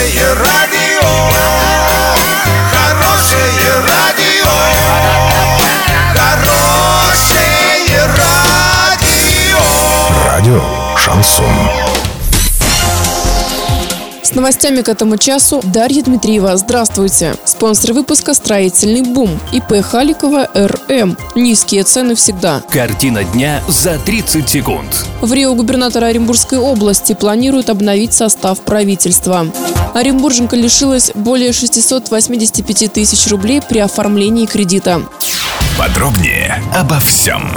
Хорошее радио, хорошее радио, хорошее радио. Радио Шансон. С новостями к этому часу Дарья Дмитриева. Здравствуйте. Спонсор выпуска «Строительный бум». ИП Халикова РМ. Низкие цены всегда. Картина дня за 30 секунд. В Рио губернатор Оренбургской области планирует обновить состав правительства. Оренбурженка лишилась более 685 тысяч рублей при оформлении кредита. Подробнее обо всем.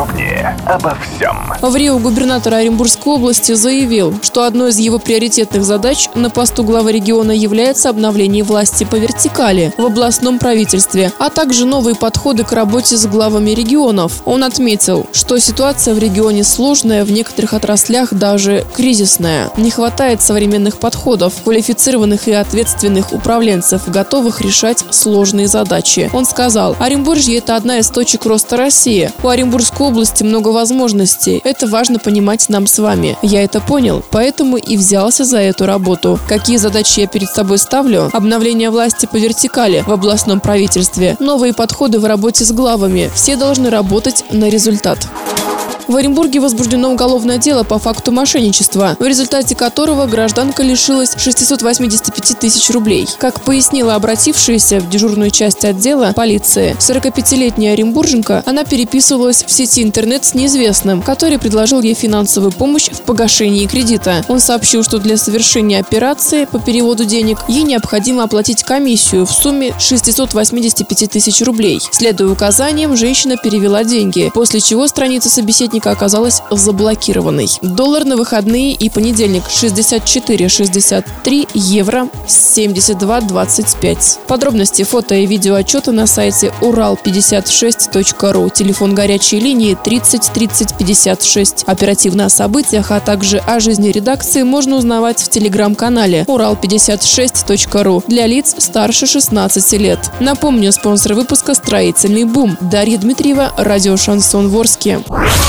В Рио губернатор Оренбургской области заявил, что одной из его приоритетных задач на посту главы региона является обновление власти по вертикали в областном правительстве, а также новые подходы к работе с главами регионов. Он отметил, что ситуация в регионе сложная, в некоторых отраслях даже кризисная. Не хватает современных подходов, квалифицированных и ответственных управленцев, готовых решать сложные задачи. Он сказал, Оренбуржье – это одна из точек роста России. У Оренбургской области много возможностей. Это важно понимать нам с вами. Я это понял, поэтому и взялся за эту работу. Какие задачи я перед собой ставлю? Обновление власти по вертикали в областном правительстве. Новые подходы в работе с главами. Все должны работать на результат. В Оренбурге возбуждено уголовное дело по факту мошенничества, в результате которого гражданка лишилась 685 тысяч рублей. Как пояснила обратившаяся в дежурную часть отдела полиции, 45-летняя оренбурженка, она переписывалась в сети интернет с неизвестным, который предложил ей финансовую помощь в погашении кредита. Он сообщил, что для совершения операции по переводу денег ей необходимо оплатить комиссию в сумме 685 тысяч рублей. Следуя указаниям, женщина перевела деньги, после чего страница собеседника оказалась заблокированной. Доллар на выходные и понедельник 64,63, евро 72,25. Подробности, фото и видео отчета на сайте урал56.ру. Телефон горячей линии 30 30 56. Оперативно о событиях, а также о жизни редакции можно узнавать в телеграм-канале урал56.ру для лиц старше 16 лет. Напомню, спонсор выпуска «Строительный бум». Дарья Дмитриева, радио «Шансон» в Орске.